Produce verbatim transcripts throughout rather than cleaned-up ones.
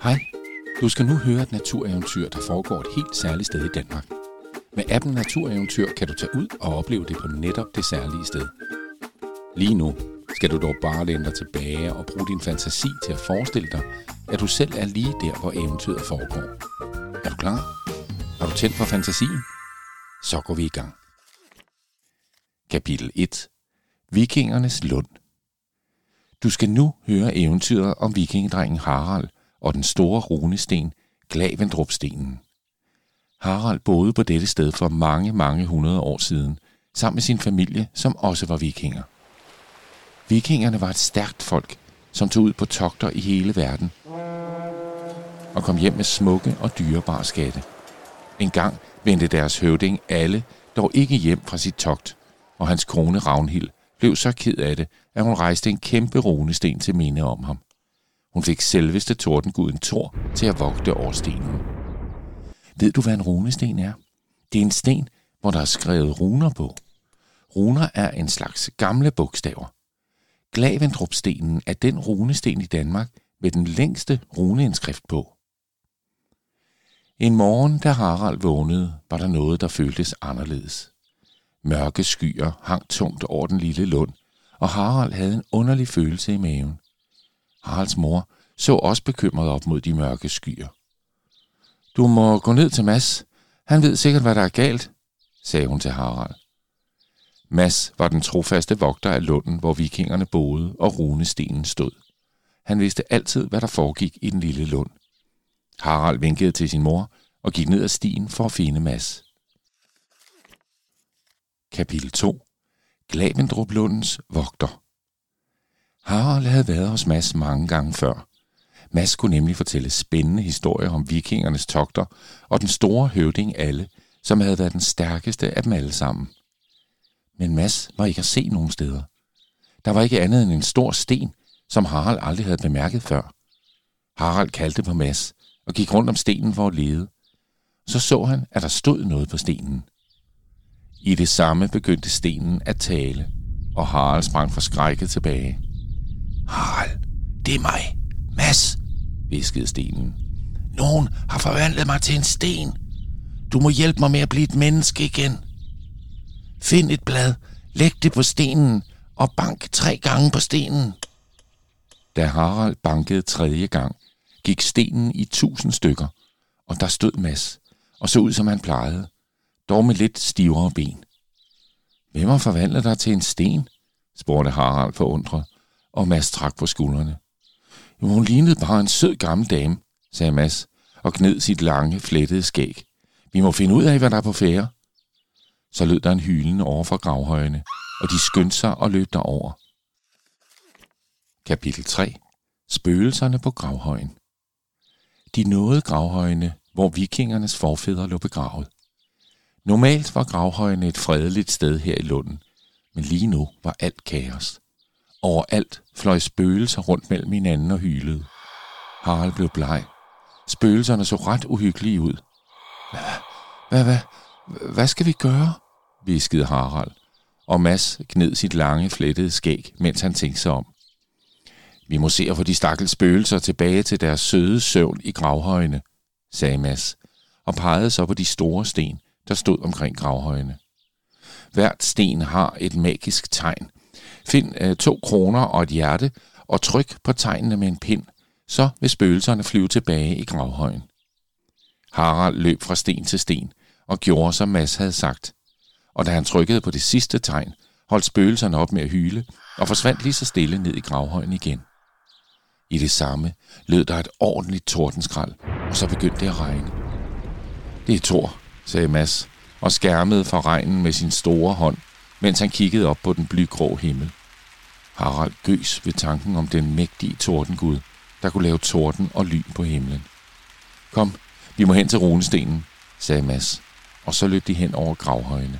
Hej, du skal nu høre et natureventyr, der foregår et helt særligt sted i Danmark. Med appen Natureventyr kan du tage ud og opleve det på netop det særlige sted. Lige nu skal du dog bare læne dig tilbage og bruge din fantasi til at forestille dig, at du selv er lige der, hvor eventyret foregår. Er du klar? Har du tændt for fantasien? Så går vi i gang. Kapitel et. Vikingernes Lund. Du skal nu høre eventyret om vikingedrengen Harald og den store runesten Glavendrupstenen. Harald boede på dette sted for mange, mange hundrede år siden, sammen med sin familie, som også var vikinger. Vikingerne var et stærkt folk, som tog ud på togter i hele verden og kom hjem med smukke og dyrebare skatte. En gang vendte deres høvding Alle dog ikke hjem fra sit togt, og hans kone Ragnhild blev så ked af det, at hun rejste en kæmpe runesten til minde om ham. Hun fik selveste tordenguden Thor til at vogte over stenen. Ved du, hvad en runesten er? Det er en sten, hvor der er skrevet runer på. Runer er en slags gamle bogstaver. Glavendrupstenen er den runesten i Danmark med den længste runeindskrift på. En morgen, da Harald vågnede, var der noget, der føltes anderledes. Mørke skyer hang tungt over den lille lund, og Harald havde en underlig følelse i maven. Haralds mor så også bekymret op mod de mørke skyer. Du må gå ned til Mads. Han ved sikkert, hvad der er galt, sagde hun til Harald. Mads var den trofaste vogter af lunden, hvor vikingerne boede og runestenen stod. Han vidste altid, hvad der foregik i den lille lund. Harald vinkede til sin mor og gik ned ad stien for at finde Mads. Kapitel to. Glavendruplundens vogter. Harald havde været hos Mads mange gange før. Mads kunne nemlig fortælle spændende historier om vikingernes togter og den store høvding Alle, som havde været den stærkeste af dem alle sammen. Men Mads var ikke at se nogen steder. Der var ikke andet end en stor sten, som Harald aldrig havde bemærket før. Harald kaldte på Mads og gik rundt om stenen for at lede. Så så han, at der stod noget på stenen. I det samme begyndte stenen at tale, og Harald sprang forskrækket tilbage. Harald, det er mig, Mads, hviskede stenen. Nogen har forvandlet mig til en sten. Du må hjælpe mig med at blive et menneske igen. Find et blad, læg det på stenen og bank tre gange på stenen. Da Harald bankede tredje gang, gik stenen i tusind stykker, og der stod Mads og så ud, som han plejede, dog med lidt stivere ben. Hvem har forvandlet dig til en sten? Spurgte Harald forundret, og Mads trak på skuldrene. Jo, hun lignede bare en sød gammel dame, sagde Mads og gned sit lange, flettede skæg. Vi må finde ud af, hvad der er på færde. Så lød der en hylen over fra gravhøjene, og de skyndte sig og løb derover. Kapitel tre. Spøgelserne på gravhøjen. De nåede gravhøjene, hvor vikingernes forfædre lå begravet. Normalt var gravhøjene et fredeligt sted her i lunden, men lige nu var alt kaos. Overalt fløj spøgelser rundt mellem hinanden og hylede. Harald blev bleg. Spøgelserne så ret uhyggelige ud. Hvad, hvad, hvad skal vi gøre? Hviskede Harald, og Mads gned sit lange, flettede skæg, mens han tænkte sig om. Vi må se at få de stakkels spøgelser tilbage til deres søde søvn i gravhøjene, sagde Mads, og pegede så på de store sten, der stod omkring gravhøjene. Hvert sten har et magisk tegn. Find øh, to kroner og et hjerte, og tryk på tegnene med en pind, så vil spøgelserne flyve tilbage i gravhøjen. Harald løb fra sten til sten og gjorde, som Mads havde sagt. Og da han trykkede på det sidste tegn, holdt spøgelserne op med at hyle og forsvandt lige så stille ned i gravhøjen igen. I det samme lød der et ordentligt tordenskrald, og så begyndte det at regne. Det er Thor, sagde Mads og skærmede for regnen med sin store hånd, mens han kiggede op på den blygrå himmel. Harald gøs ved tanken om den mægtige tordengud, der kunne lave torden og lyn på himlen. Kom, vi må hen til runestenen, sagde Mads, og så løb de hen over gravhøjene.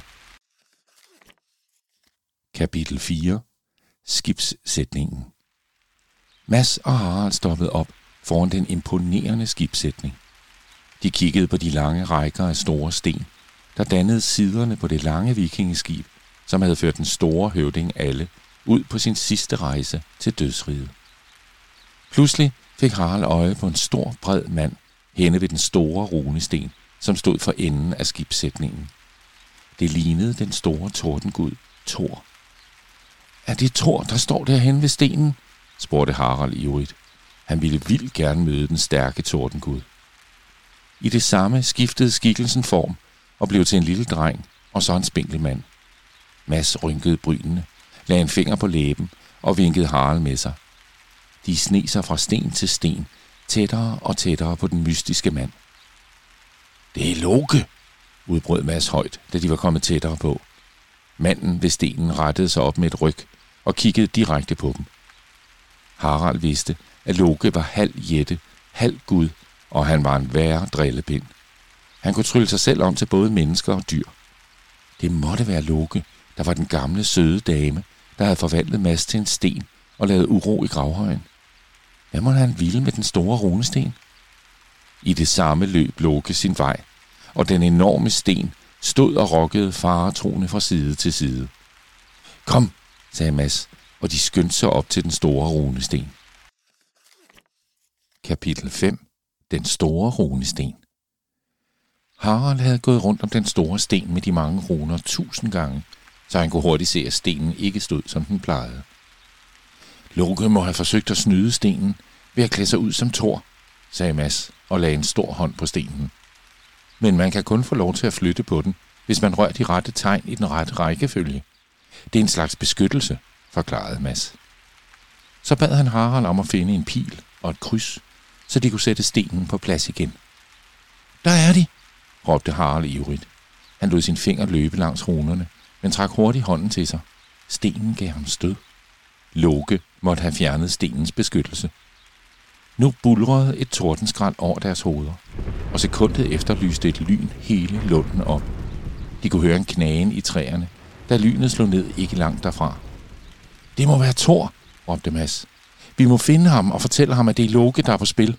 Kapitel fire. Skibssætningen. Mads og Harald stoppede op foran den imponerende skibssætning. De kiggede på de lange rækker af store sten, der dannede siderne på det lange vikingeskib, som havde ført den store høvding Alle ud på sin sidste rejse til dødsriget. Pludselig fik Harald øje på en stor, bred mand henne ved den store runesten, som stod for enden af skibssætningen. Det lignede den store tordengud, Thor. Er det Thor, der står derhenne ved stenen? Spurgte Harald ivrigt. Han ville vildt gerne møde den stærke tordengud. I det samme skiftede skikkelsen form og blev til en lille dreng og så en spinkel mand. Mads rynkede brynene, lagde en finger på læben og vinkede Harald med sig. De sneg sig fra sten til sten, tættere og tættere på den mystiske mand. Det er Loke, udbrød Mads højt, da de var kommet tættere på. Manden ved stenen rettede sig op med et ryg og kiggede direkte på dem. Harald vidste, at Loke var halv jætte, halv gud, og han var en værre drillepind. Han kunne trylle sig selv om til både mennesker og dyr. Det måtte være Loke, der var den gamle søde dame, der havde forvandlet Mads til en sten og lavet uro i gravhøjen. Hvad måtte han ville med den store runesten? I det samme løb Loke sin vej, og den enorme sten stod og rokkede faretroende fra side til side. Kom, sagde Mads, og de skyndte sig op til den store runesten. Kapitel fem. Den store runesten. Harald havde gået rundt om den store sten med de mange runer tusind gange, så han kunne hurtigt se, at stenen ikke stod, som den plejede. Loke må have forsøgt at snyde stenen ved at klæde sig ud som Thor, sagde Mads og lagde en stor hånd på stenen. Men man kan kun få lov til at flytte på den, hvis man rører de rette tegn i den rette rækkefølge. Det er en slags beskyttelse, forklarede Mads. Så bad han Harald om at finde en pil og et kryds, så de kunne sætte stenen på plads igen. Der er de, råbte Harald ivrigt. Han lod sin finger løbe langs runerne, men trak hurtigt hånden til sig. Stenen gav ham stød. Loke måtte have fjernet stenens beskyttelse. Nu bulrede et tordenskrald over deres hoveder, og sekundet efter lyste et lyn hele lunden op. De kunne høre en knagen i træerne, da lynet slog ned ikke langt derfra. Det må være Thor, råbte Mads. Vi må finde ham og fortælle ham, at det er Loke, der er på spil.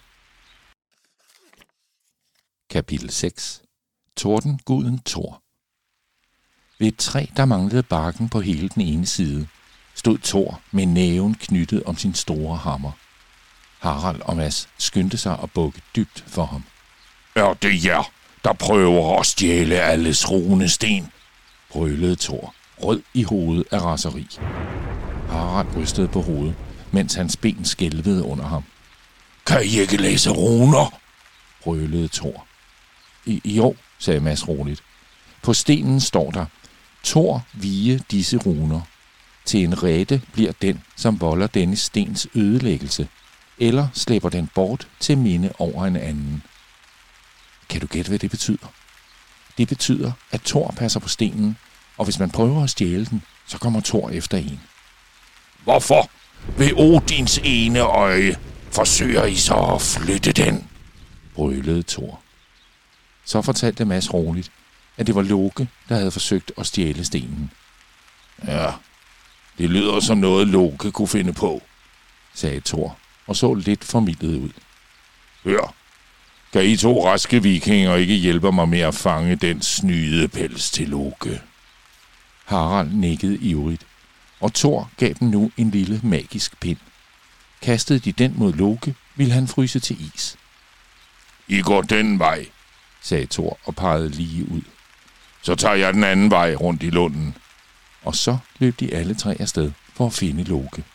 Kapitel seks. Tordenguden Thor. Ved et træ, der manglede barken på hele den ene side, stod Thor med næven knyttet om sin store hammer. Harald og Mads skyndte sig og bukke dybt for ham. Er det jer, der prøver at stjæle alles runesten? Brølede Thor, rød i hovedet af raseri. Harald rystede på hovedet, mens hans ben skælvede under ham. Kan I ikke læse runer? Brølede Thor. I, jo, sagde Mads roligt. På stenen står der, Thor vige disse runer. Til en ræte bliver den, som volder denne stens ødelæggelse, eller slæber den bort til minde over en anden. Kan du gætte, hvad det betyder? Det betyder, at Thor passer på stenen, og hvis man prøver at stjæle den, så kommer Thor efter en. Hvorfor? Ved Odins ene øje forsøger I så at flytte den, brølede Thor. Så fortalte Mads roligt, at det var Loke, der havde forsøgt at stjæle stenen. Ja, det lyder som noget Loke kunne finde på, sagde Thor og så lidt formildet ud. Hør, kan I to raske vikinger ikke hjælpe mig med at fange den snyde pels til Loke? Harald nikkede ivrigt, og Thor gav dem nu en lille magisk pind. Kastede de den mod Loke, ville han fryse til is. I går den vej, sagde Thor og pegede lige ud. Så tager jeg den anden vej rundt i lunden. Og så løb de alle tre afsted for at finde Loke.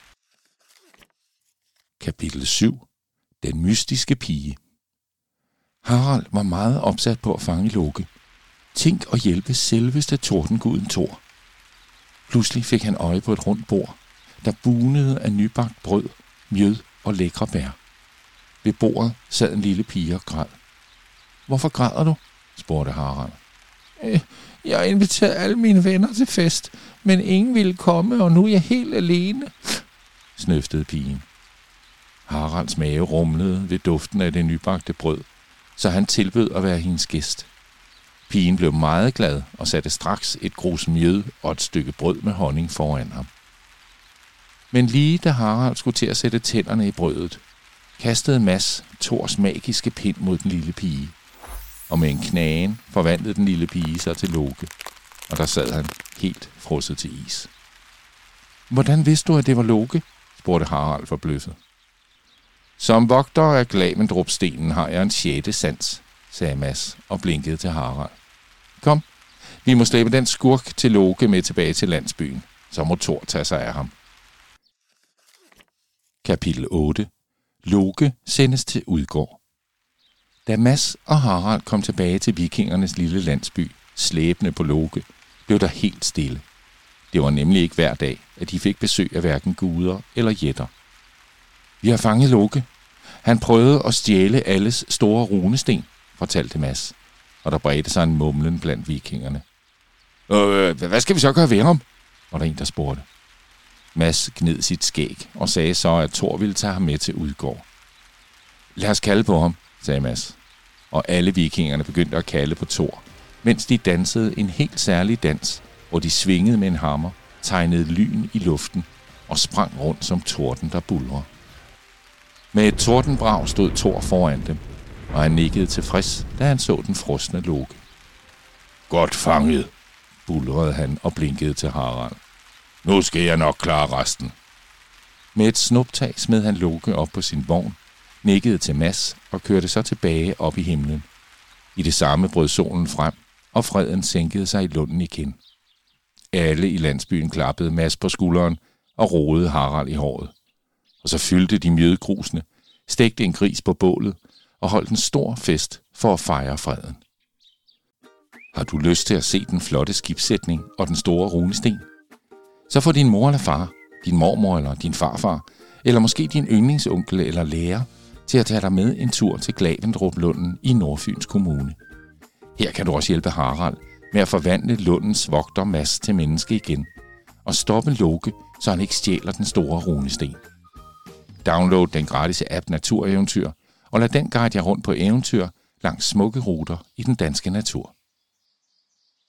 Kapitel syv. Den mystiske pige. Harald var meget opsat på at fange Loke. Tænk at hjælpe selveste tordenguden Thor. Pludselig fik han øje på et rundt bord, der bunede af nybagt brød, mjød og lækre bær. Ved bordet sad en lille pige og græd. Hvorfor græder du? Spurgte Harald. Øh, jeg inviterede alle mine venner til fest, men ingen ville komme, og nu er jeg helt alene, snøftede pigen. Haralds mave rumlede ved duften af det nybagte brød, så han tilbød at være hendes gæst. Pigen blev meget glad og satte straks et grus mjød og et stykke brød med honning foran ham. Men lige da Harald skulle til at sætte tænderne i brødet, kastede Mads Thors magiske pind mod den lille pige, og med en knagen forvandlede den lille pige sig til Loke, og der sad han helt frosset til is. Hvordan vidste du, at det var Loke? Spurgte Harald forbløffet. Som vogter af Glavendrupstenen har jeg en sjette sans, sagde Mads og blinkede til Harald. Kom, vi må slæbe den skurk til Loke med tilbage til landsbyen, så må Thor tage sig af ham. Kapitel otte. Loke sendes til Udgård. Da Mads og Harald kom tilbage til vikingernes lille landsby, slæbende på Loke, blev der helt stille. Det var nemlig ikke hver dag, at de fik besøg af hverken guder eller jætter. Vi har fanget Loke. Han prøvede at stjæle alles store runesten, fortalte Mads, og der bredte sig en mumlen blandt vikingerne. Øh, hvad skal vi så gøre ved ham? Var der en, der spurgte. Mads gned sit skæg og sagde så, at Thor ville tage ham med til Udgård. Lad os kalde på ham, sagde Mads, og alle vikingerne begyndte at kalde på Thor, mens de dansede en helt særlig dans, hvor de svingede med en hammer, tegnede lyn i luften og sprang rundt som torden, der buldrer. Med et tordenbrag stod Thor foran dem, og han nikkede tilfreds, da han så den frosne Loke. Godt fanget, buldrede han og blinkede til Harald. Nu skal jeg nok klare resten. Med et snuptag smed han Loke op på sin vogn, nikkede til Mads og kørte så tilbage op i himlen. I det samme brød solen frem, og freden sænkede sig i lunden igen. Alle i landsbyen klappede Mads på skulderen og rodede Harald i håret. Og så fyldte de mjødgrusene, stegte en gris på bålet og holdt en stor fest for at fejre freden. Har du lyst til at se den flotte skibssætning og den store runesten? Så får din mor eller far, din mormor eller din farfar, eller måske din yndlingsonkel eller lærer, til at tage dig med en tur til Glavendruplunden i Nordfyns Kommune. Her kan du også hjælpe Harald med at forvandle lundens vogter Mads til menneske igen, og stoppe Loke, så han ikke stjæler den store runesten. Download den gratis app Natureventyr, og lad den guide jer rundt på eventyr langs smukke ruter i den danske natur.